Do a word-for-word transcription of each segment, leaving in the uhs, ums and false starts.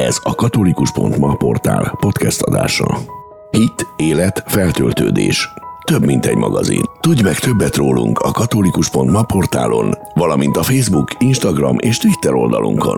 Ez a katolikus pont ma portál podcast adása. Hit, élet, feltöltődés. Több mint egy magazin. Tudj meg többet rólunk a katolikus pont ma portálon, valamint a Facebook, Instagram és Twitter oldalunkon.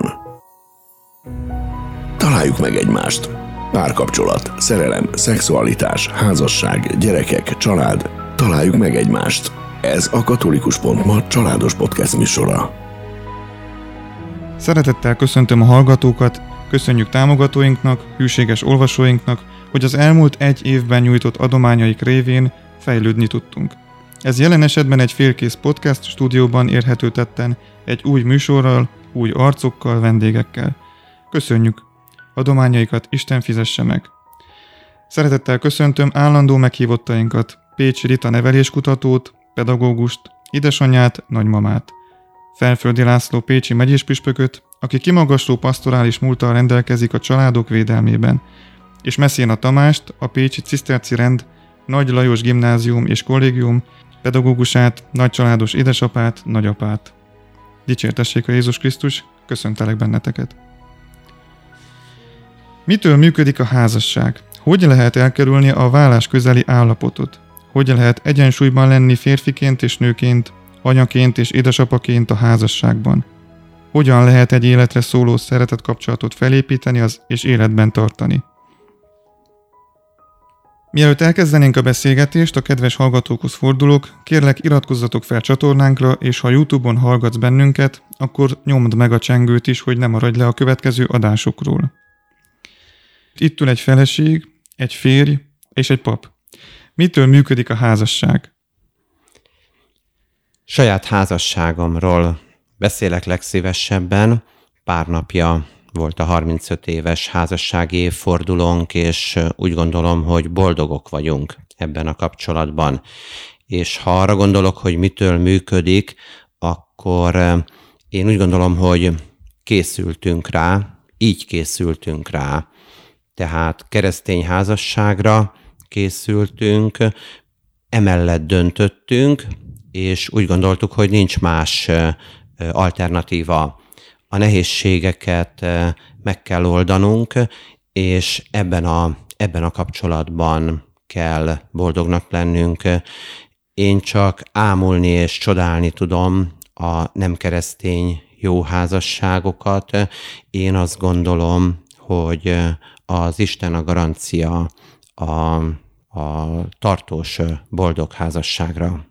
Találjuk meg egymást. Párkapcsolat, szerelem, szexualitás, házasság, gyerekek, család. Találjuk meg egymást. Ez a katolikus pont ma családos podcast műsora. Szeretettel köszöntöm a hallgatókat, köszönjük támogatóinknak, hűséges olvasóinknak, hogy az elmúlt egy évben nyújtott adományaik révén fejlődni tudtunk. Ez jelen esetben egy félkész podcast stúdióban érhető tetten, egy új műsorral, új arcokkal, vendégekkel. Köszönjük! Adományaikat Isten fizesse meg! Szeretettel köszöntöm állandó meghívottainkat, Pécsi Rita neveléskutatót, pedagógust, édesanyját, nagymamát, Felföldi László pécsi megyéspüspököt, aki kimagasló pastorális múlttal rendelkezik a családok védelmében, és Messzéna Tamást, a pécsi ciszterci rend Nagy Lajos Gimnázium és Kollégium pedagógusát, nagycsaládos édesapát, nagyapát. Dicsértessék a Jézus Krisztus, köszöntelek benneteket! Mitől működik a házasság? Hogy lehet elkerülni a válás közeli állapotot? Hogy lehet egyensúlyban lenni férfiként és nőként, anyaként és édesapaként a házasságban? Hogyan lehet egy életre szóló szeretetkapcsolatot felépíteni az és életben tartani? Mielőtt elkezdenénk a beszélgetést, a kedves hallgatókhoz fordulok, kérlek iratkozzatok fel csatornánkra, és ha YouTube-on hallgatsz bennünket, akkor nyomd meg a csengőt is, hogy ne maradj le a következő adásokról. Itt ül egy feleség, egy férj és egy pap. Mitől működik a házasság? Saját házasságomról beszélek legszívesebben. Pár napja volt a harmincöt éves házassági évfordulónk, és úgy gondolom, hogy boldogok vagyunk ebben a kapcsolatban. És ha arra gondolok, hogy mitől működik, akkor én úgy gondolom, hogy készültünk rá, így készültünk rá. Tehát keresztény házasságra készültünk, emellett döntöttünk, és úgy gondoltuk, hogy nincs más alternatíva. A nehézségeket meg kell oldanunk, és ebben a, ebben a kapcsolatban kell boldognak lennünk. Én csak ámulni és csodálni tudom a nem keresztény jó házasságokat. Én azt gondolom, hogy az Isten a garancia a, a tartós boldog házasságra.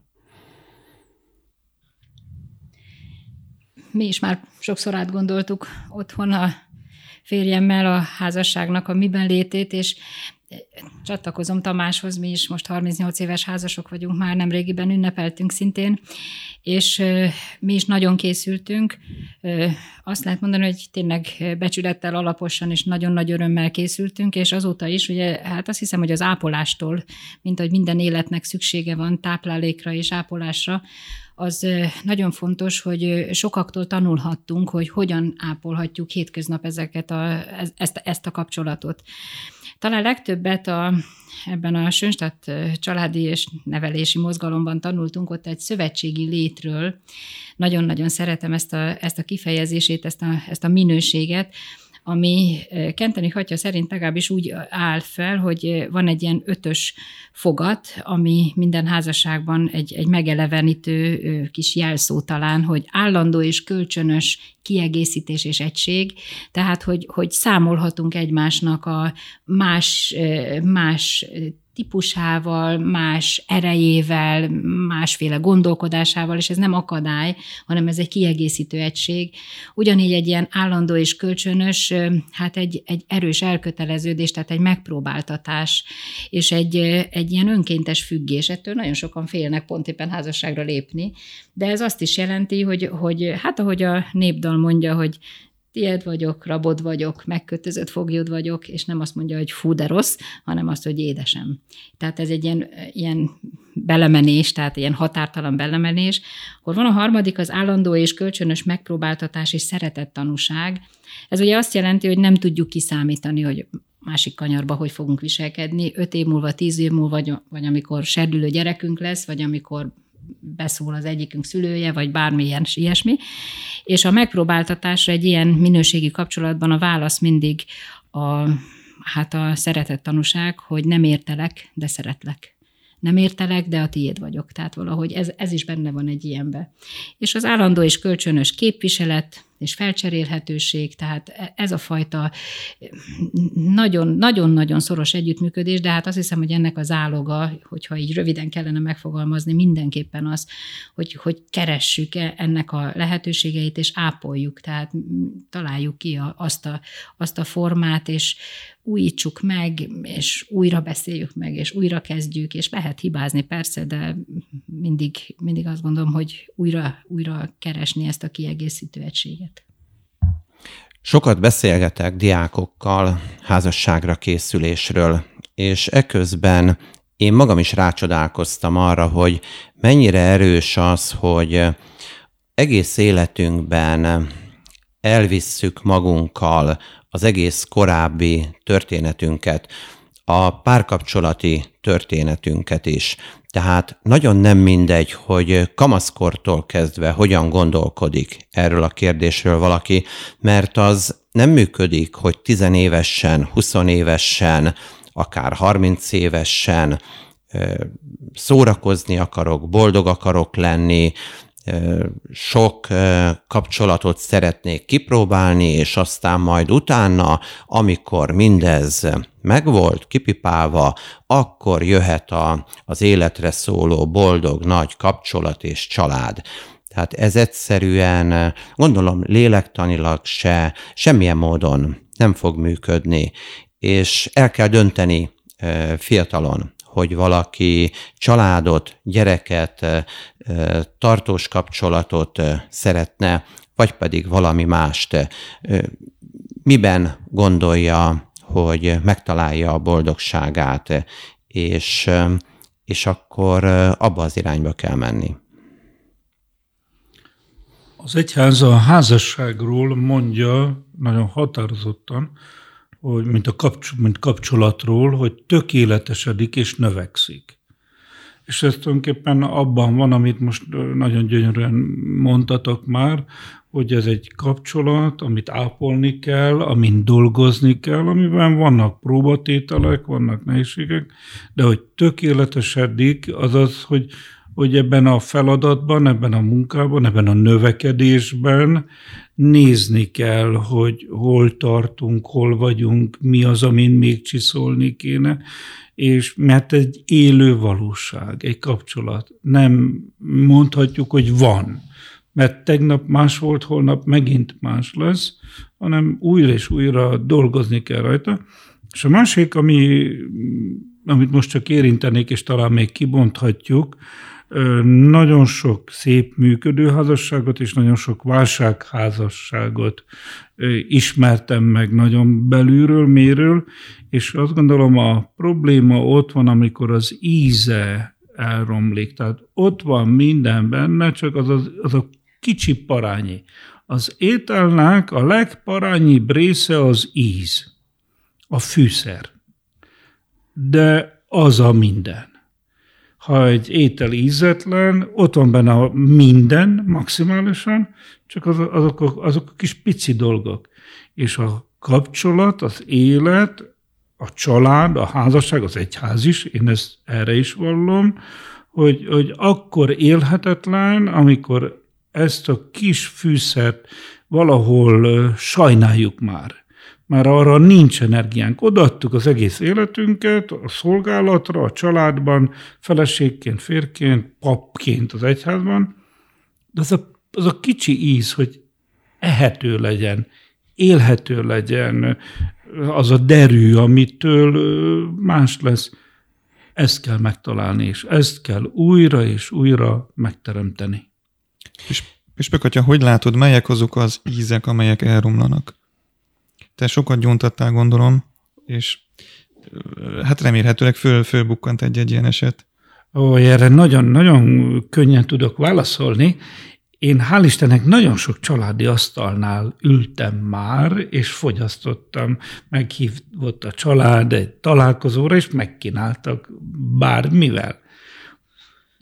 Mi is már sokszor átgondoltuk otthon a férjemmel a házasságnak a miben létét, és csatlakozom Tamáshoz, mi is most harmincnyolc éves házasok vagyunk, már nemrégiben ünnepeltünk szintén, és mi is nagyon készültünk. Azt lehet mondani, hogy tényleg becsülettel, alaposan és nagyon nagy örömmel készültünk, és azóta is, ugye, hát azt hiszem, hogy az ápolástól, mint ahogy minden életnek szüksége van táplálékra és ápolásra, az nagyon fontos, hogy sokaktól tanulhattunk, hogy hogyan ápolhatjuk hétköznap ezeket a, ezt, ezt a kapcsolatot. Talán legtöbbet a, ebben a Schönstatt családi és nevelési mozgalomban tanultunk ott egy szövetségi létről. Nagyon-nagyon szeretem ezt a, ezt a kifejezését, ezt a, ezt a minőséget, ami Kentenich atya szerint legalábbis úgy áll fel, hogy van egy ilyen ötös fogat, ami minden házasságban egy, egy megelevenítő kis jelszó talán, hogy állandó és kölcsönös kiegészítés és egység, tehát hogy, hogy számolhatunk egymásnak a más, más típusával, más erejével, másféle gondolkodásával, és ez nem akadály, hanem ez egy kiegészítő egység. Ugyanígy egy ilyen állandó és kölcsönös, hát egy, egy erős elköteleződés, tehát egy megpróbáltatás, és egy, egy ilyen önkéntes függés. Ettől nagyon sokan félnek pont éppen házasságra lépni, de ez azt is jelenti, hogy, hogy hát ahogy a népdal mondja, hogy tied vagyok, rabod vagyok, megkötözött foglyod vagyok, és nem azt mondja, hogy fú, de rossz, hanem azt, hogy édesem. Tehát ez egy ilyen, ilyen belemenés, tehát ilyen határtalan belemenés. Akkor van a harmadik, az állandó és kölcsönös megpróbáltatás és szeretettanúság. Ez ugye azt jelenti, hogy nem tudjuk kiszámítani, hogy másik kanyarba hogy fogunk viselkedni, öt év múlva, tíz év múlva, vagy, vagy amikor serdülő gyerekünk lesz, vagy amikor beszól az egyikünk szülője, vagy bármilyen ilyesmi. És a megpróbáltatásra egy ilyen minőségi kapcsolatban a válasz mindig a, hát a szeretett tanúság, hogy nem értelek, de szeretlek. Nem értelek, de a tiéd vagyok. Tehát valahogy ez, ez is benne van egy ilyenbe. És az állandó és kölcsönös képviselet és felcserélhetőség, tehát ez a fajta nagyon-nagyon szoros együttműködés, de hát azt hiszem, hogy ennek az áloga, hogyha így röviden kellene megfogalmazni, mindenképpen az, hogy, hogy keressük ennek a lehetőségeit, és ápoljuk, tehát találjuk ki azt a, azt a formát, és újítsuk meg, és újra beszéljük meg, és újra kezdjük, és lehet hibázni persze, de mindig, mindig azt gondolom, hogy újra, újra keresni ezt a kiegészítő egységet. Sokat beszélgetek diákokkal házasságra készülésről, és eközben én magam is rácsodálkoztam arra, hogy mennyire erős az, hogy egész életünkben elvisszük magunkkal az egész korábbi történetünket, a párkapcsolati történetünket is. Tehát nagyon nem mindegy, hogy kamaszkortól kezdve hogyan gondolkodik erről a kérdésről valaki, mert az nem működik, hogy tizenévesen, huszonévesen, akár harminc évesen szórakozni akarok, boldog akarok lenni, sok kapcsolatot szeretnék kipróbálni, és aztán majd utána, amikor mindez megvolt, kipipálva, akkor jöhet a, az életre szóló boldog nagy kapcsolat és család. Tehát ez egyszerűen, gondolom, lélektanilag se, semmilyen módon nem fog működni, és el kell dönteni fiatalon, hogy valaki családot, gyereket, tartós kapcsolatot szeretne, vagy pedig valami mást. Miben gondolja, hogy megtalálja a boldogságát, és, és akkor abba az irányba kell menni. Az egyház a házasságról mondja nagyon határozottan, hogy mint a kapcs- mint kapcsolatról, hogy tökéletesedik és növekszik. És ez tulajdonképpen abban van, amit most nagyon gyönyörűen mondtatok már, hogy ez egy kapcsolat, amit ápolni kell, amin dolgozni kell, amiben vannak próbatételek, vannak nehézségek, de hogy tökéletesedik, azaz, hogy, hogy ebben a feladatban, ebben a munkában, ebben a növekedésben nézni kell, hogy hol tartunk, hol vagyunk, mi az, amin még csiszolni kéne, és mert egy élő valóság, egy kapcsolat. Nem mondhatjuk, hogy van, mert tegnap más volt, holnap megint más lesz, hanem újra és újra dolgozni kell rajta. És a másik, ami, amit most csak érintenék, és talán még kibonthatjuk, nagyon sok szép működő házasságot és nagyon sok válságházasságot ismertem meg nagyon belülről, méről, és azt gondolom a probléma ott van, amikor az íze elromlik. Tehát ott van minden benne, csak az, az, az a kicsi parányi. Az ételnek a legparányibb része az íz, a fűszer. De az a minden. Ha egy étel ízetlen, ott van benne a minden maximálisan, csak az, azok, a, azok a kis pici dolgok. És a kapcsolat, az élet, a család, a házasság, az egyház is, én ezt erre is vallom, hogy, hogy akkor élhetetlen, amikor ezt a kis fűszert valahol sajnáljuk már. Már arra nincs energiánk. Odaadtuk az egész életünket a szolgálatra, a családban, feleségként, férként, papként az egyházban, de az a, az a kicsi íz, hogy ehető legyen, élhető legyen, az a derű, amitől más lesz, ezt kell megtalálni, és ezt kell újra és újra megteremteni. És Püspök atya, hogy látod, melyek azok az ízek, amelyek elromlanak? Te sokat gyóntattál, gondolom, és hát remélhetőleg föl, fölbukkant egy-egy ilyen eset. Ó, erre nagyon-nagyon könnyen tudok válaszolni. Én hál' Istennek nagyon sok családi asztalnál ültem már, és fogyasztottam. Meghívott a család egy találkozóra, és megkínáltak bármivel.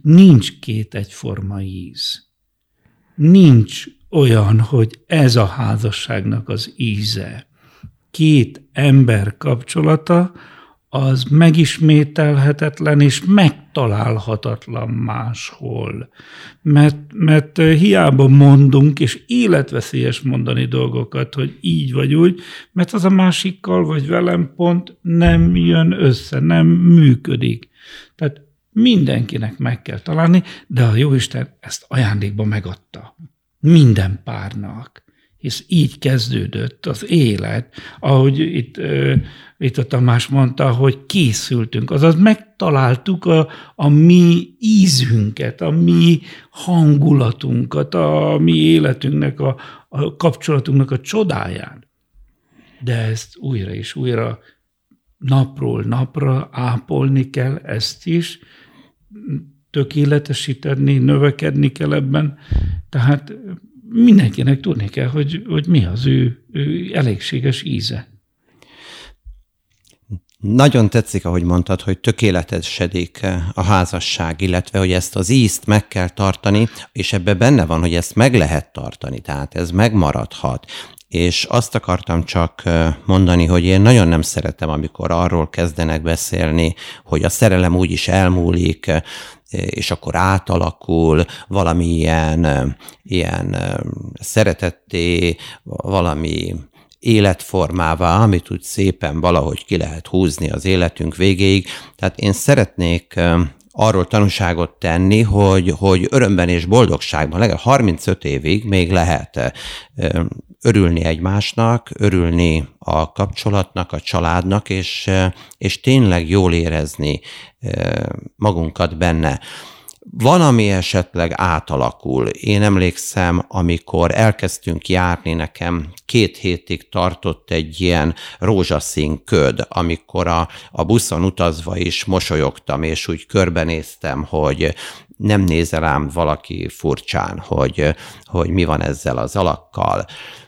nincs két egyforma íz. Nincs olyan, hogy ez a házasságnak az íze. Két ember kapcsolata az megismételhetetlen és megtalálhatatlan máshol. Mert, mert hiába mondunk, és életveszélyes mondani dolgokat, hogy így vagy úgy, mert az a másikkal vagy velem pont nem jön össze, nem működik. Tehát mindenkinek meg kell találni, de a Jóisten ezt ajándékba megadta. Minden párnak. És így kezdődött az élet, ahogy itt, uh, itt a Tamás mondta, hogy készültünk, azaz megtaláltuk a, a mi ízünket, a mi hangulatunkat, a mi életünknek, a, a kapcsolatunknak a csodáján. De ezt újra és újra napról napra ápolni kell ezt is, tökéletesíteni, növekedni kell ebben, tehát mindenkinek tudni kell, hogy, hogy mi az ő, ő elégséges íze. Nagyon tetszik, ahogy mondtad, hogy tökéletesedik a házasság, illetve, hogy ezt az ízt meg kell tartani, és ebben benne van, hogy ezt meg lehet tartani, tehát ez megmaradhat. És azt akartam csak mondani, hogy én nagyon nem szeretem, amikor arról kezdenek beszélni, hogy a szerelem úgyis elmúlik, és akkor átalakul valami ilyen, ilyen szeretetté, valami életformává, amit úgy szépen valahogy ki lehet húzni az életünk végéig. Tehát én szeretnék arról tanúságot tenni, hogy, hogy örömben és boldogságban legalább harmincöt évig még lehet örülni egymásnak, örülni a kapcsolatnak, a családnak, és, és tényleg jól érezni magunkat benne. Van, ami esetleg átalakul. Én emlékszem, amikor elkezdtünk járni, nekem két hétig tartott egy ilyen rózsaszín köd, amikor a, a buszon utazva is mosolyogtam, és úgy körbenéztem, hogy nem néz rám valaki furcsán, hogy, hogy mi van ezzel az alakkal.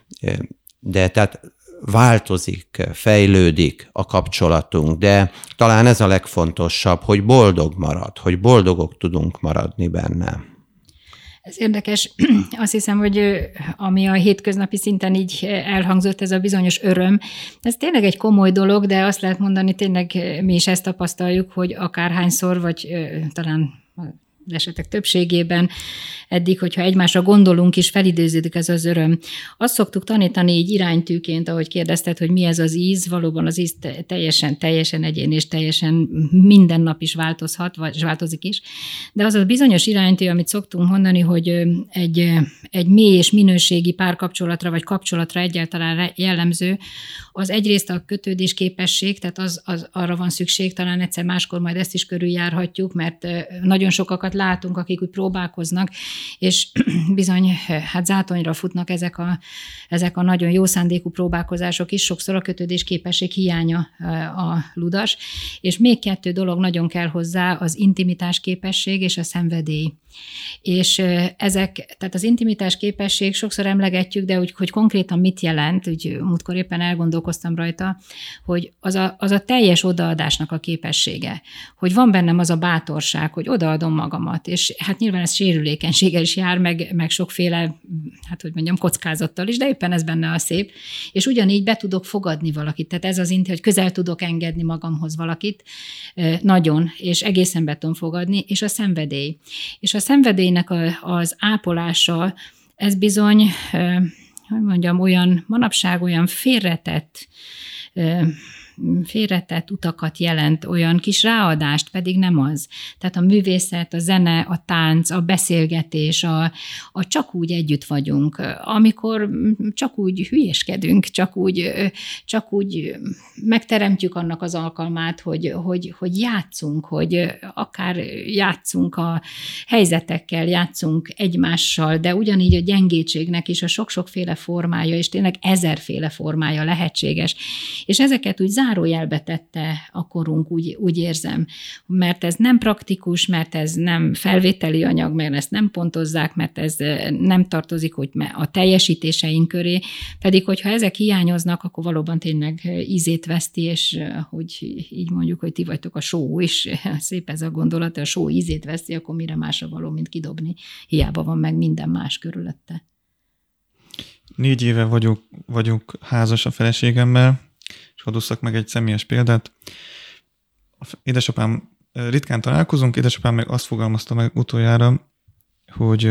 De tehát változik, fejlődik a kapcsolatunk, de talán ez a legfontosabb, hogy boldog marad, hogy boldogok tudunk maradni benne. Ez érdekes. Azt hiszem, hogy ami a hétköznapi szinten így elhangzott, ez a bizonyos öröm, ez tényleg egy komoly dolog, de azt lehet mondani, tényleg mi is ezt tapasztaljuk, hogy akárhányszor, vagy talán az esetek többségében eddig, hogyha egymásra gondolunk is, felidéződik ez az öröm. Azt szoktuk tanítani így iránytűként, ahogy kérdezted, hogy mi ez az íz, valóban az íz teljesen, teljesen egyéni és teljesen minden nap is változhat, vagy változik is. De az a bizonyos iránytű, amit szoktunk mondani, hogy egy, egy mély és minőségi párkapcsolatra, vagy kapcsolatra egyáltalán jellemző, az egyrészt a kötődés képesség, tehát az, az, arra van szükség, talán egyszer máskor majd ezt is körüljárhatjuk, mert nagyon sokakat látunk, akik úgy próbálkoznak, és bizony hát zátonyra futnak ezek a, ezek a nagyon jó szándékú próbálkozások is, sokszor a kötődés képesség hiánya a ludas, és még kettő dolog nagyon kell hozzá, az intimitás képesség és a szenvedély. És ezek, tehát az intimitás képesség sokszor emlegetjük, de úgy, hogy konkrétan mit jelent, úgy múltkor éppen elgondolkoztam rajta, hogy az a, az a teljes odaadásnak a képessége, hogy van bennem az a bátorság, hogy odaadom magamat, és hát nyilván ez sérülékenységgel is jár, meg, meg sokféle, hát hogy mondjam, kockázattal is, de éppen ez benne a szép, és ugyanígy be tudok fogadni valakit, tehát ez az inti, hogy közel tudok engedni magamhoz valakit, nagyon, és egészen be tudom fogadni, és a szenvedély. És a szenvedélynek az ápolása, ez bizony, hogy mondjam, olyan manapság olyan félretett, félretett utakat jelent, olyan kis ráadást, pedig nem az. Tehát a művészet, a zene, a tánc, a beszélgetés, a, a csak úgy együtt vagyunk, amikor csak úgy hülyeskedünk, csak úgy, csak úgy megteremtjük annak az alkalmát, hogy, hogy, hogy játszunk, hogy akár játszunk a helyzetekkel, játszunk egymással, de ugyanígy a gyengétségnek is a sok-sokféle formája, és tényleg ezerféle formája lehetséges. És ezeket úgy zárójelbe tette a korunk, úgy, úgy érzem, mert ez nem praktikus, mert ez nem felvételi anyag, mert ezt nem pontozzák, mert ez nem tartozik hogy a teljesítéseink köré, pedig hogyha ezek hiányoznak, akkor valóban tényleg ízét veszti, és hogy így mondjuk, hogy ti vagytok a só, és szép ez a gondolat, a só ízét veszti, akkor mire másra való, mint kidobni. Hiába van meg minden más körülötte. Négy éve vagyok, vagyok házas a feleségemmel, és hadd osszak meg egy személyes példát. Édesapám, ritkán találkozunk, édesapám meg azt fogalmazta meg utoljára, hogy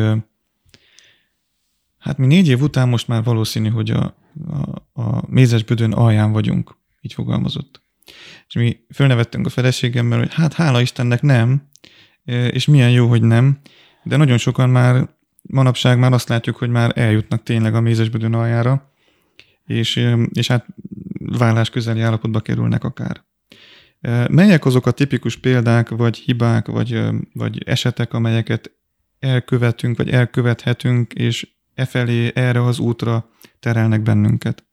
hát mi négy év után most már valószínű, hogy a, a, a mézesbödön alján vagyunk, így fogalmazott. És mi fölnevettünk a feleségemmel, hogy hát hála Istennek nem, és milyen jó, hogy nem, de nagyon sokan már manapság már azt látjuk, hogy már eljutnak tényleg a mézesbödön aljára, és, és hát vállás közeli állapotba kerülnek akár. Melyek azok a tipikus példák, vagy hibák, vagy, vagy esetek, amelyeket elkövetünk, vagy elkövethetünk, és e felé, erre az útra terelnek bennünket?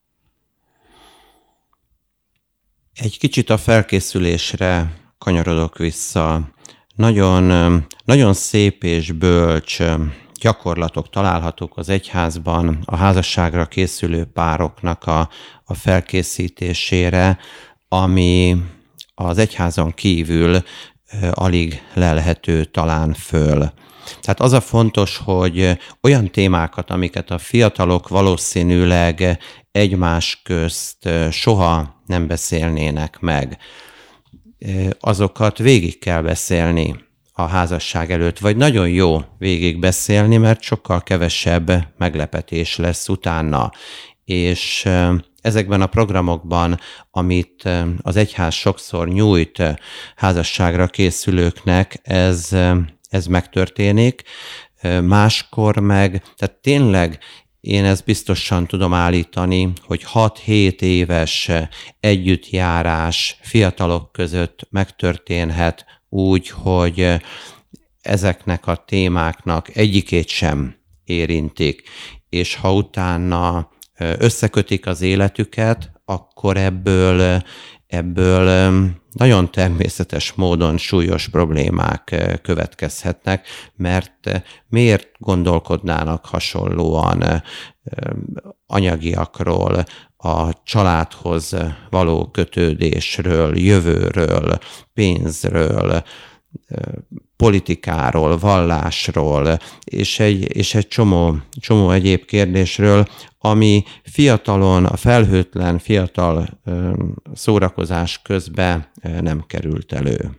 Egy kicsit a felkészülésre kanyarodok vissza. Nagyon, nagyon szép és bölcs gyakorlatok találhatók az egyházban a házasságra készülő pároknak a, a felkészítésére, ami az egyházon kívül alig lelhető talán föl. Tehát az a fontos, hogy olyan témákat, amiket a fiatalok valószínűleg egymás közt soha nem beszélnének meg, azokat végig kell beszélni a házasság előtt, vagy nagyon jó végig beszélni, mert sokkal kevesebb meglepetés lesz utána. És ezekben a programokban, amit az egyház sokszor nyújt házasságra készülőknek, ez, ez megtörténik. Máskor meg, tehát tényleg én ezt biztosan tudom állítani, hogy hat-hét éves együttjárás fiatalok között megtörténhet úgy, hogy ezeknek a témáknak egyikét sem érintik, és ha utána összekötik az életüket, akkor ebből, ebből nagyon természetes módon súlyos problémák következhetnek, mert miért gondolkodnának hasonlóan anyagiakról, a családhoz való kötődésről, jövőről, pénzről, politikáról, vallásról, és egy, és egy csomó, csomó egyéb kérdésről, ami fiatalon, a felhőtlen fiatal szórakozás közben nem került elő.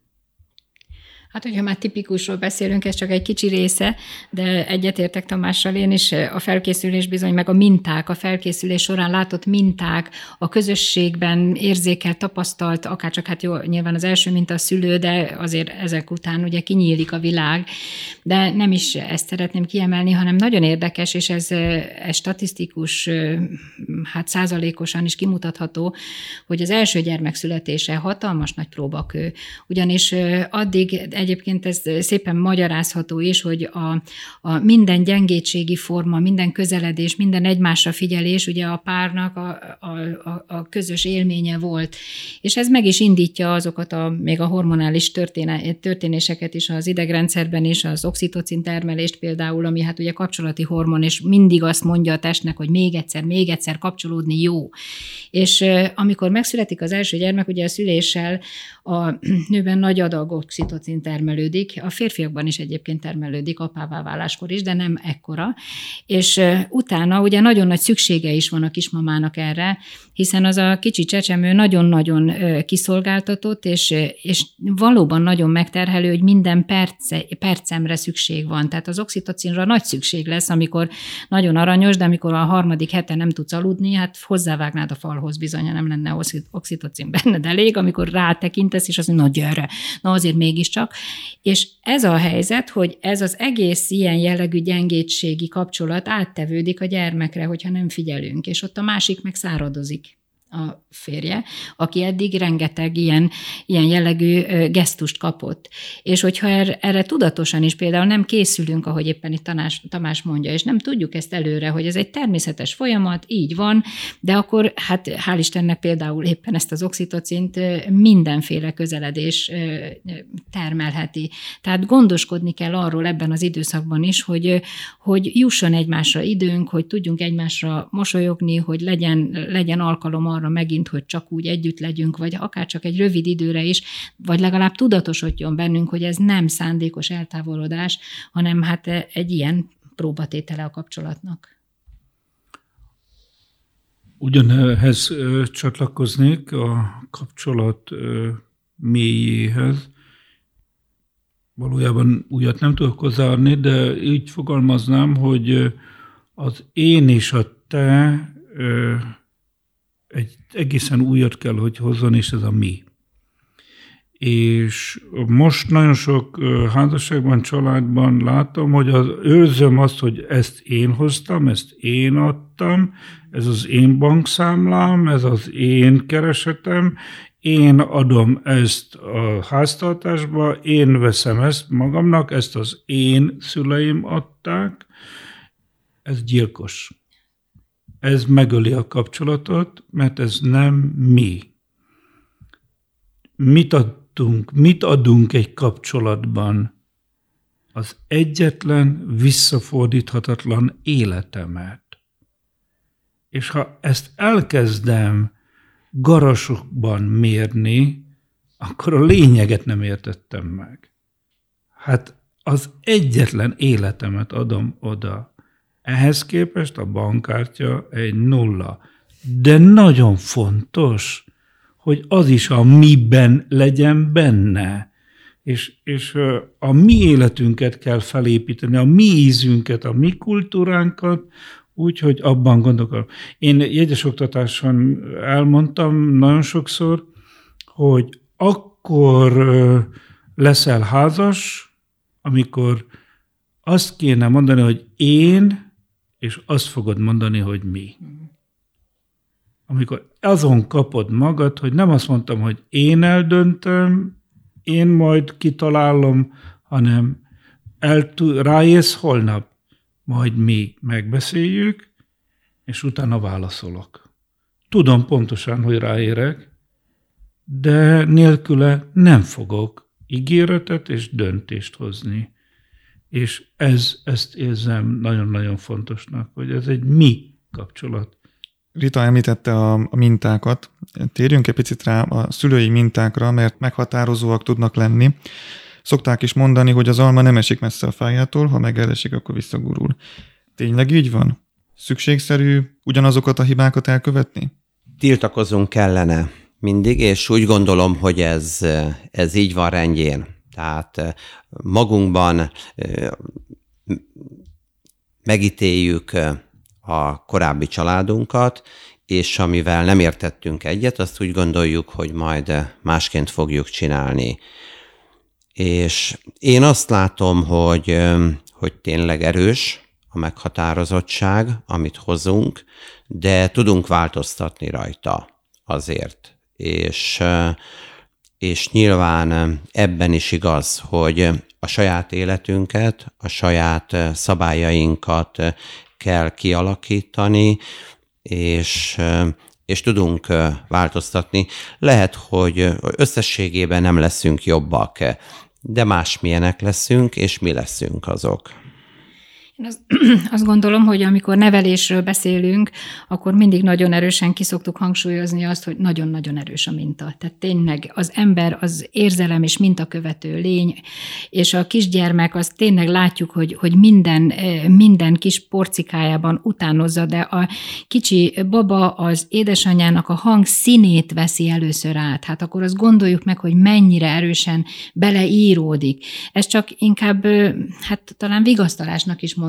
Hát, hogyha már tipikusról beszélünk, ez csak egy kicsi része, de egyetértek Tamással én is, a felkészülés bizony, meg a minták, a felkészülés során látott minták, a közösségben érzékelt, tapasztalt, akárcsak hát jó, nyilván az első minta a szülő, de azért ezek után ugye kinyílik a világ, de nem is ezt szeretném kiemelni, hanem nagyon érdekes, és ez, ez statisztikus, hát százalékosan is kimutatható, hogy az első gyermek születése hatalmas nagy próbakő, ugyanis addig egyébként ez szépen magyarázható is, hogy a, a minden gyengétségi forma, minden közeledés, minden egymásra figyelés ugye a párnak a, a, a közös élménye volt. És ez meg is indítja azokat a, még a hormonális történe, történéseket is az idegrendszerben is, az oxitocin termelést például, ami hát ugye kapcsolati hormon, és mindig azt mondja a testnek, hogy még egyszer, még egyszer kapcsolódni jó. És amikor megszületik az első gyermek, ugye a szüléssel a nőben nagy adag oxitocin termelődik, a férfiakban is egyébként termelődik apává váláskor is, de nem ekkora, és utána ugye nagyon nagy szüksége is van a kismamának erre, hiszen az a kicsi csecsemő nagyon-nagyon kiszolgáltatott, és, és valóban nagyon megterhelő, hogy minden perce, percemre szükség van. Tehát az oxitocinra nagy szükség lesz, amikor nagyon aranyos, de amikor a harmadik hete nem tudsz aludni, hát hozzávágnád a falhoz bizony, nem lenne oxitocin benned elég, amikor rátekintesz, és azt mondja, na gyere, na azért mégiscsak. És ez a helyzet, hogy ez az egész ilyen jellegű gyengétségi kapcsolat áttevődik a gyermekre, hogyha nem figyelünk, és ott a másik meg száradozik. a férje, aki eddig rengeteg ilyen, ilyen jellegű gesztust kapott. És hogyha erre, erre tudatosan is például nem készülünk, ahogy éppen itt Tamás, Tamás mondja, és nem tudjuk ezt előre, hogy ez egy természetes folyamat, így van, de akkor hát hál' Istennek például éppen ezt az oxitocint mindenféle közeledés termelheti. Tehát gondoskodni kell arról ebben az időszakban is, hogy, hogy jusson egymásra időnk, hogy tudjunk egymásra mosolyogni, hogy legyen, legyen alkalom arra megint, hogy csak úgy együtt legyünk, vagy akár csak egy rövid időre is, vagy legalább tudatosodjon bennünk, hogy ez nem szándékos eltávolodás, hanem hát egy ilyen próbatétele a kapcsolatnak. Ugyanehhez csatlakoznék a kapcsolat mélyéhez. Valójában újat nem tudok hozzáadni, de így fogalmaznám, hogy az én és a te egy egészen újat kell, hogy hozzon, és ez a mi. És most nagyon sok házasságban, családban látom, hogy az, őrzöm azt, hogy ezt én hoztam, ezt én adtam, ez az én bankszámlám, ez az én keresetem, én adom ezt a háztartásba, én veszem ezt magamnak, ezt az én szüleim adták. Ez gyilkos. Ez megöli a kapcsolatot, mert ez nem mi. Mit adtunk, mit adunk egy kapcsolatban? Az egyetlen visszafordíthatatlan életemet. És ha ezt elkezdem garasokban mérni, akkor a lényeget nem értettem meg. Hát az egyetlen életemet adom oda. Ehhez képest a bankkártya egy nulla. De nagyon fontos, hogy az is a miben legyen benne. És, és a mi életünket kell felépíteni, a mi ízünket, a mi kultúránkat, úgy, hogy abban gondolkodom. Én jegyes oktatáson elmondtam nagyon sokszor, hogy akkor leszel házas, amikor azt kéne mondani, hogy én, és azt fogod mondani, hogy mi. Amikor azon kapod magad, hogy nem azt mondtam, hogy én eldöntöm, én majd kitalálom, hanem el, rájössz holnap, majd mi megbeszéljük, és utána válaszolok. Tudom pontosan, hogy ráérek, de nélküle nem fogok ígéretet és döntést hozni. És ez, ezt érzem nagyon-nagyon fontosnak, hogy ez egy mi kapcsolat. Rita említette a, a mintákat. Térjünk egy picit rá a szülői mintákra, mert meghatározóak tudnak lenni. Szokták is mondani, hogy az alma nem esik messze a fájától, ha meg elesik, akkor visszagurul. Tényleg így van? Szükségszerű ugyanazokat a hibákat elkövetni? Tiltakozunk kellene mindig, és úgy gondolom, hogy ez, ez így van rendjén. Tehát magunkban megítéljük a korábbi családunkat, és amivel nem értettünk egyet, azt úgy gondoljuk, hogy majd másként fogjuk csinálni. És én azt látom, hogy, hogy tényleg erős a meghatározottság, amit hozunk, de tudunk változtatni rajta azért. És, és nyilván ebben is igaz, hogy a saját életünket, a saját szabályainkat kell kialakítani, és, és tudunk változtatni. Lehet, hogy összességében nem leszünk jobbak, de másmilyenek leszünk, és mi leszünk azok. Én azt, azt gondolom, hogy amikor nevelésről beszélünk, akkor mindig nagyon erősen kiszoktuk hangsúlyozni azt, hogy nagyon-nagyon erős a minta. Tehát tényleg az ember az érzelem és mintakövető lény, és a kisgyermek azt tényleg látjuk, hogy, hogy minden, minden kis porcikájában utánozza, de a kicsi baba az édesanyjának a hang színét veszi először át. Hát akkor azt gondoljuk meg, hogy mennyire erősen beleíródik. Ez csak inkább, hát talán vigasztalásnak is mondom,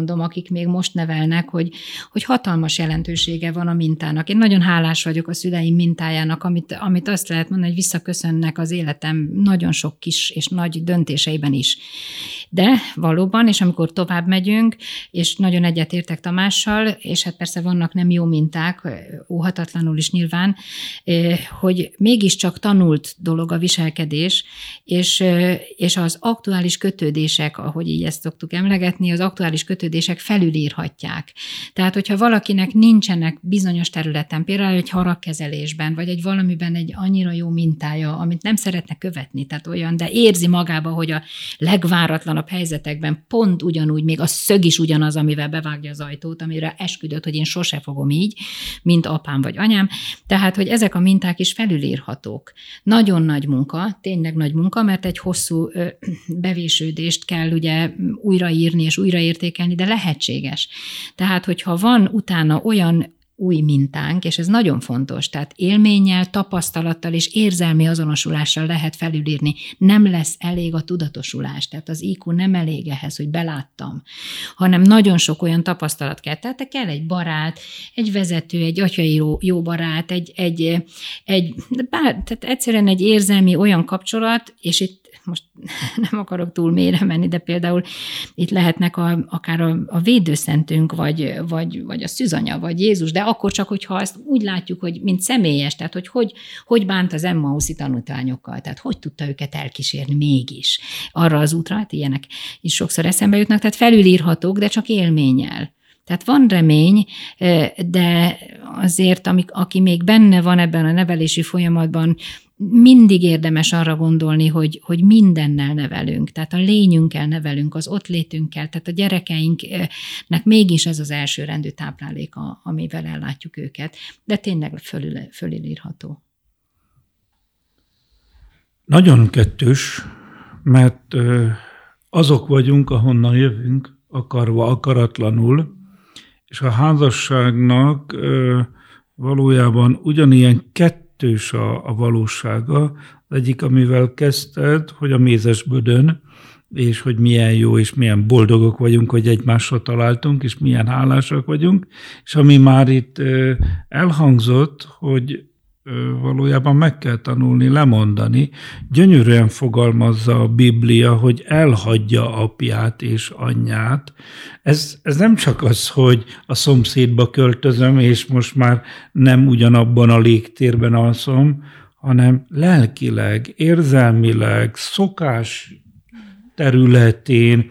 mondom, akik még most nevelnek, hogy, hogy hatalmas jelentősége van a mintának. Én nagyon hálás vagyok a szüleim mintájának, amit, amit azt lehet mondani, hogy visszaköszönnek az életem nagyon sok kis és nagy döntéseiben is. De valóban, és amikor tovább megyünk, és nagyon egyetértek Tamással, és hát persze vannak nem jó minták, óhatatlanul is nyilván, hogy mégiscsak tanult dolog a viselkedés, és, és az aktuális kötődések, ahogy így ezt szoktuk emlegetni, az aktuális kötődések felülírhatják. Tehát, hogyha valakinek nincsenek bizonyos területen, például egy haragkezelésben, vagy egy valamiben egy annyira jó mintája, amit nem szeretne követni, tehát olyan, de érzi magába, hogy a legváratlanabb helyzetekben pont ugyanúgy, még a szög is ugyanaz, amivel bevágja az ajtót, amire esküdött, hogy én sose fogom így, mint apám vagy anyám. Tehát, hogy ezek a minták is felülírhatók. Nagyon nagy munka, tényleg nagy munka, mert egy hosszú ö, bevésődést kell ugye újraírni és újraértékelni, de lehetséges. Tehát, hogyha van utána olyan új mintánk, és ez nagyon fontos, tehát élménnyel, tapasztalattal és érzelmi azonosulással lehet felülírni. Nem lesz elég a tudatosulás, tehát az í kú nem elég ehhez, hogy beláttam, hanem nagyon sok olyan tapasztalat kell. Tehát kell egy barát, egy vezető, egy atyai jó, jó barát, egy, egy, egy bár, tehát egyszerűen egy érzelmi olyan kapcsolat, és itt most nem akarok túl mélyre menni, de például itt lehetnek a, akár a, a védőszentünk, vagy, vagy, vagy a szűzanya, vagy Jézus, de akkor csak, hogyha azt úgy látjuk, hogy mint személyes, tehát hogy hogy, hogy bánt az Emmauszi tanítványokkal, tehát hogy tudta őket elkísérni mégis arra az útra, hát ilyenek is sokszor eszembe jutnak, tehát felülírhatók, de csak élménnyel. Tehát van remény, de azért, amik, aki még benne van ebben a nevelési folyamatban, mindig érdemes arra gondolni, hogy, hogy mindennel nevelünk, tehát a lényünkkel nevelünk, az ott létünkkel, tehát a gyerekeinknek mégis ez az elsőrendű tápláléka, amivel ellátjuk őket, de tényleg fölül, fölülírható. Nagyon kettős, mert azok vagyunk, ahonnan jövünk, akarva, akaratlanul, és a házasságnak valójában ugyanilyen kettős a, a valósága. Az egyik, amivel kezdted, hogy a mézes bödön, és hogy milyen jó és milyen boldogok vagyunk, hogy egymásra találtunk, és milyen hálásak vagyunk, és ami már itt elhangzott, hogy valójában meg kell tanulni lemondani. Gyönyörűen fogalmazza a Biblia, hogy elhagyja apját és anyját. Ez, ez nem csak az, hogy a szomszédba költözöm, és most már nem ugyanabban a légtérben alszom, hanem lelkileg, érzelmileg, szokás területén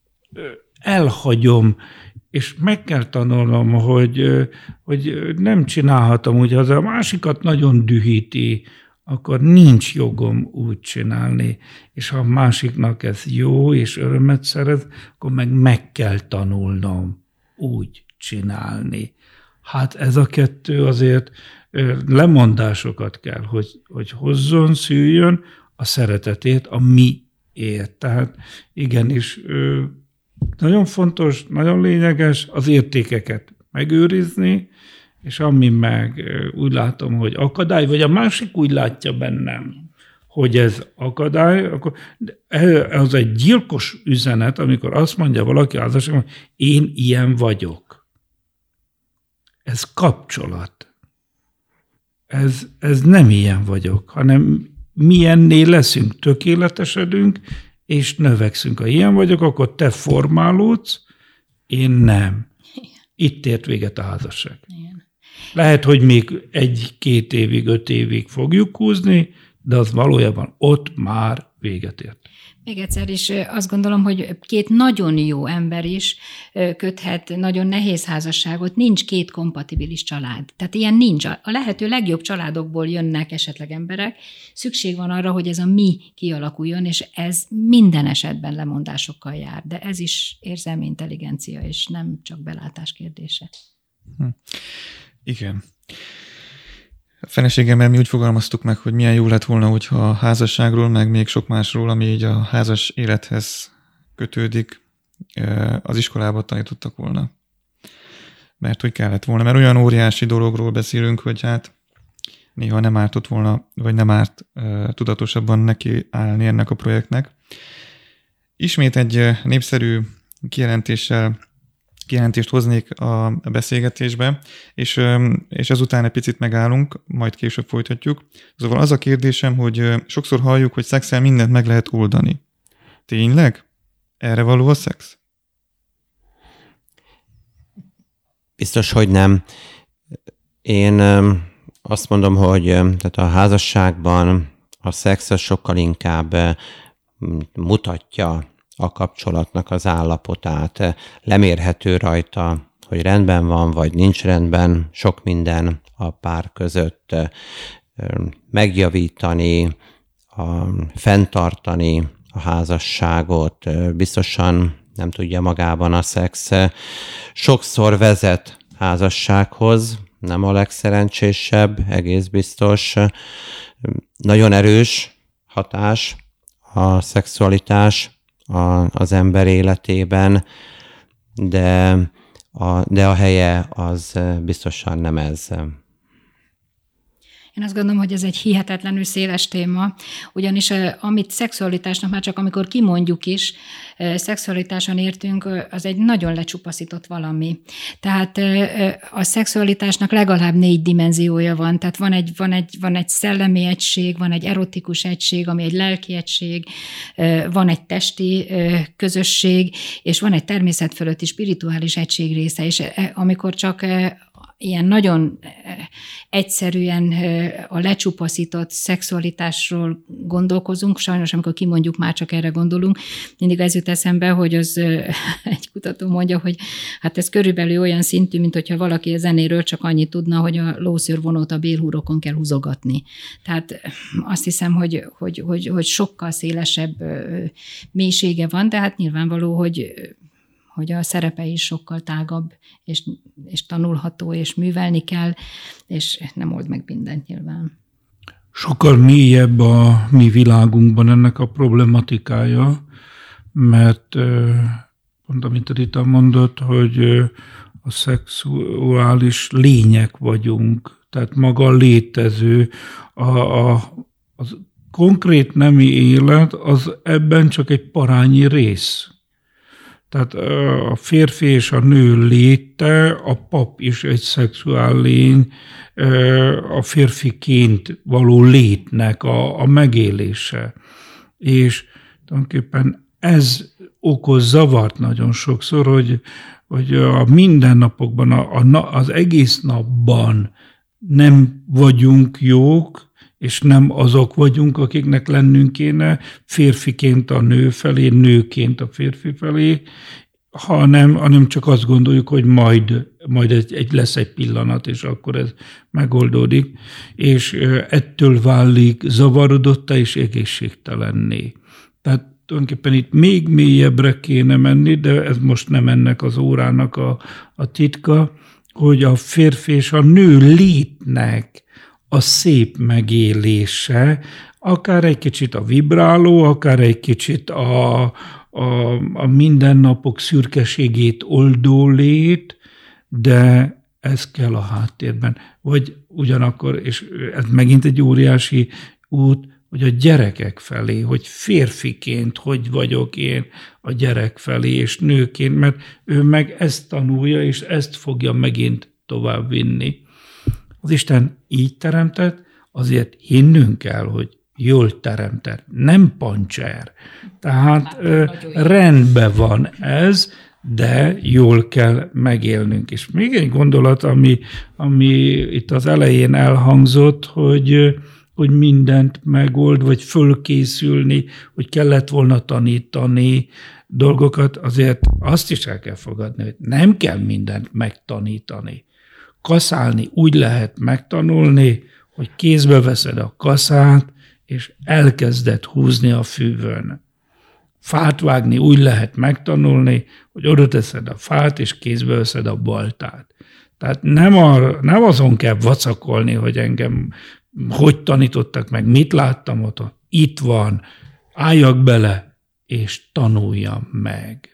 elhagyom, és meg kell tanulnom, hogy, hogy nem csinálhatom úgy, ha az a másikat nagyon dühíti, akkor nincs jogom úgy csinálni. És ha a másiknak ez jó és örömet szerez, akkor meg meg kell tanulnom úgy csinálni. Hát ez a kettő azért lemondásokat kell, hogy, hogy hozzon, szüljön a szeretetét a miért. Tehát igenis nagyon fontos, nagyon lényeges az értékeket megőrizni, és ami meg úgy látom, hogy akadály, vagy a másik úgy látja bennem, hogy ez akadály, akkor az egy gyilkos üzenet, amikor azt mondja valaki házasságban, hogy én ilyen vagyok. Ez kapcsolat. Ez, ez nem ilyen vagyok, hanem milyenné leszünk, tökéletesedünk, és növekszünk. Ha ilyen vagyok, akkor te formálódsz, én nem. Itt ért véget a házasság. Igen. Lehet, hogy még egy-két évig, öt évig fogjuk húzni, de az valójában ott már véget ért. Még egyszer is azt gondolom, hogy két nagyon jó ember is köthet nagyon nehéz házasságot, nincs két kompatibilis család. Tehát ilyen nincs. A lehető legjobb családokból jönnek esetleg emberek, szükség van arra, hogy ez a mi kialakuljon, és ez minden esetben lemondásokkal jár, de ez is érzelmi intelligencia, és nem csak belátás kérdése. Hm. Igen. A feleségemmel mi úgy fogalmaztuk meg, hogy milyen jó lett volna, hogyha a házasságról, meg még sok másról, ami így a házas élethez kötődik, az iskolába tanítottak volna. Mert hogy kellett volna, mert olyan óriási dologról beszélünk, hogy hát néha nem ártott volna, vagy nem árt tudatosabban neki állni ennek a projektnek. Ismét egy népszerű kijelentéssel kijelentést hoznék a beszélgetésbe, és, és ezután egy picit megállunk, majd később folytatjuk. Szóval az a kérdésem, hogy sokszor halljuk, hogy szexszel mindent meg lehet oldani. Tényleg? Erre való a szex? Biztos, hogy nem. Én azt mondom, hogy tehát a házasságban a szex az sokkal inkább mutatja a kapcsolatnak az állapotát. Lemérhető rajta, hogy rendben van, vagy nincs rendben, sok minden a pár között. Megjavítani, a, fenntartani a házasságot biztosan nem tudja magában a szex. Sokszor vezet házassághoz, nem a legszerencsésebb, egész biztos. Nagyon erős hatás a szexualitás az ember életében, de a, de a helye az biztosan nem ez. Én azt gondolom, hogy ez egy hihetetlenül széles téma, ugyanis amit szexualitásnak már csak amikor kimondjuk is, szexualitáson értünk, az egy nagyon lecsupaszított valami. Tehát a szexualitásnak legalább négy dimenziója van, tehát van egy, van egy, van egy szellemi egység, van egy erotikus egység, ami egy lelki egység, van egy testi közösség, és van egy természetfölötti spirituális egység része, és amikor csak ilyen nagyon egyszerűen a lecsupaszított szexualitásról gondolkozunk, sajnos amikor kimondjuk, már csak erre gondolunk, mindig ez jut eszembe, hogy az egy kutató mondja, hogy hát ez körülbelül olyan szintű, mint hogyha valaki a zenéről csak annyit tudna, hogy a lószőrvonót a bélhúrokon kell húzogatni. Tehát azt hiszem, hogy, hogy, hogy, hogy sokkal szélesebb mélysége van, de hát nyilvánvaló, hogy hogy a szerepe is sokkal tágabb, és, és tanulható, és művelni kell, és nem old meg mindent nyilván. Sokkal mélyebb a mi világunkban ennek a problematikája, mert pont amit Rita mondott, hogy a szexuális lények vagyunk, tehát maga létező, a, a, az konkrét nemi élet az ebben csak egy parányi rész. Tehát a férfi és a nő léte, a pap is egy szexuál lény, a férfiként való létnek a, a megélése. És tulajdonképpen ez okoz zavart nagyon sokszor, hogy, hogy a mindennapokban, a, a, az egész napban nem vagyunk jók, és nem azok vagyunk, akiknek lennünk kéne, férfiként a nő felé, nőként a férfi felé, hanem, hanem csak azt gondoljuk, hogy majd, majd egy, egy lesz egy pillanat, és akkor ez megoldódik, és ettől válik zavarodottá és egészségtelenné. Tehát tulajdonképpen itt még mélyebbre kéne menni, de ez most nem ennek az órának a, a titka, hogy a férfi és a nő létnek a szép megélése, akár egy kicsit a vibráló, akár egy kicsit a, a, a mindennapok szürkeségét oldó lét, de ez kell a háttérben. Vagy ugyanakkor, és ez megint egy óriási út, hogy a gyerekek felé, hogy férfiként hogy vagyok én a gyerek felé, és nőként, mert ő meg ezt tanulja, és ezt fogja megint tovább vinni. Az Isten így teremtett, azért hinnünk kell, hogy jól teremtett, nem pancser. Tehát ö, rendben van ez, de jól kell megélnünk. És még egy gondolat, ami, ami itt az elején elhangzott, hogy, hogy mindent megold, vagy fölkészülni, hogy kellett volna tanítani dolgokat, azért azt is el kell fogadni, hogy nem kell mindent megtanítani. Kaszálni úgy lehet megtanulni, hogy kézbe veszed a kaszát, és elkezded húzni a fűvön. Fát vágni úgy lehet megtanulni, hogy oda teszed a fát, és kézbe veszed a baltát. Tehát nem, a, nem azon kell vacakolni, hogy engem hogy tanítottak meg, mit láttam ott, itt van, álljak bele, és tanuljam meg.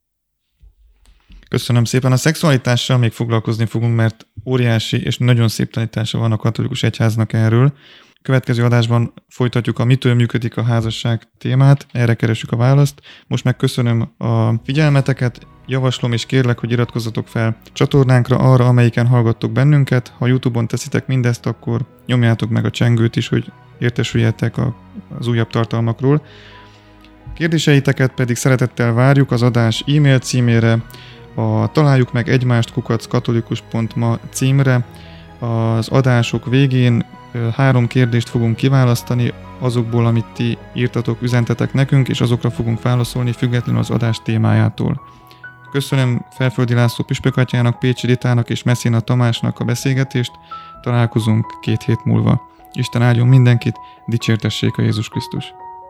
Köszönöm szépen. A szexualitással még foglalkozni fogunk, mert óriási és nagyon szép tanítása van a katolikus egyháznak erről. Következő adásban folytatjuk a mitől működik a házasság témát, erre keresünk a választ. Most meg köszönöm a figyelmeteket, javaslom és kérlek, hogy iratkozzatok fel csatornánkra arra, amelyiken hallgattok bennünket. Ha YouTube-on teszitek mindezt, akkor nyomjátok meg a csengőt is, hogy értesüljetek az újabb tartalmakról. Kérdéseiteket pedig szeretettel várjuk az adás e-mail címére, a találjuk meg egymást kukac katolikus pont ma címre. Az adások végén három kérdést fogunk kiválasztani azokból, amit ti írtatok, üzentetek nekünk, és azokra fogunk válaszolni függetlenül az adás témájától. Köszönöm Felföldi László püspökatyának, Pécsi Ritának és Messina Tamásnak a beszélgetést. Találkozunk két hét múlva. Isten áldjon mindenkit, dicsértessék a Jézus Krisztus!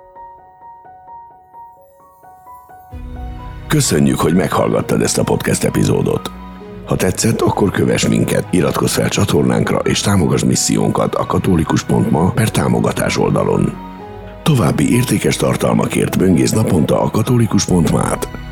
Köszönjük, hogy meghallgattad ezt a podcast epizódot. Ha tetszett, akkor kövess minket, iratkozz fel csatornánkra és támogass missziónkat a katolikus pont ma per támogatás oldalon. További értékes tartalmakért böngész naponta a katolikus pont mát.